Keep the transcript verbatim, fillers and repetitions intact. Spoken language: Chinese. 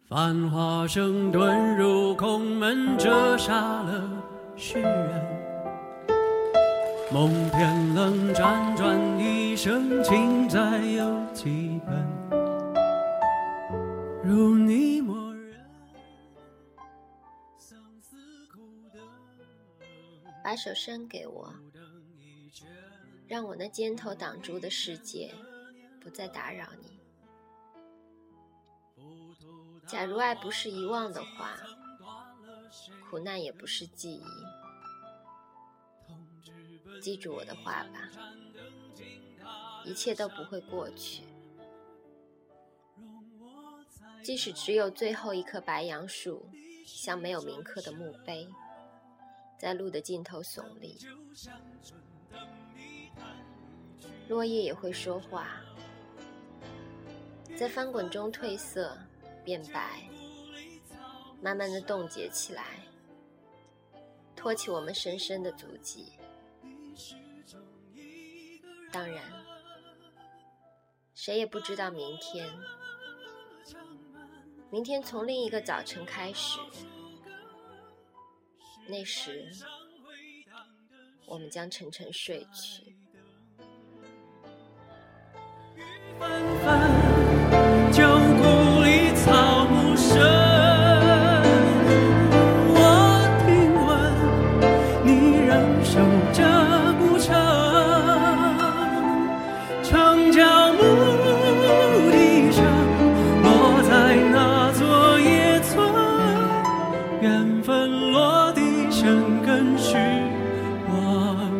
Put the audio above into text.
繁华声遁入空门，折煞了世人。梦偏冷，辗转一生，情债有几本？如你默认，相思苦等。 把手伸给我，让我那肩头挡住的世界不再打扰你。假如爱不是遗忘的话，苦难也不是记忆。记住我的话吧，一切都不会过去。即使只有最后一棵白杨树，像没有铭刻的墓碑，在路的尽头耸立。落叶也会说话，在翻滚中褪色变白，慢慢地冻结起来，托起我们深深的足迹。当然，谁也不知道明天，明天从另一个早晨开始，那时我们将沉沉睡去。 纷纷，旧故里草木深。我听闻你仍守着古城，城郊牧笛声落在那座野村，缘分落地生根是我。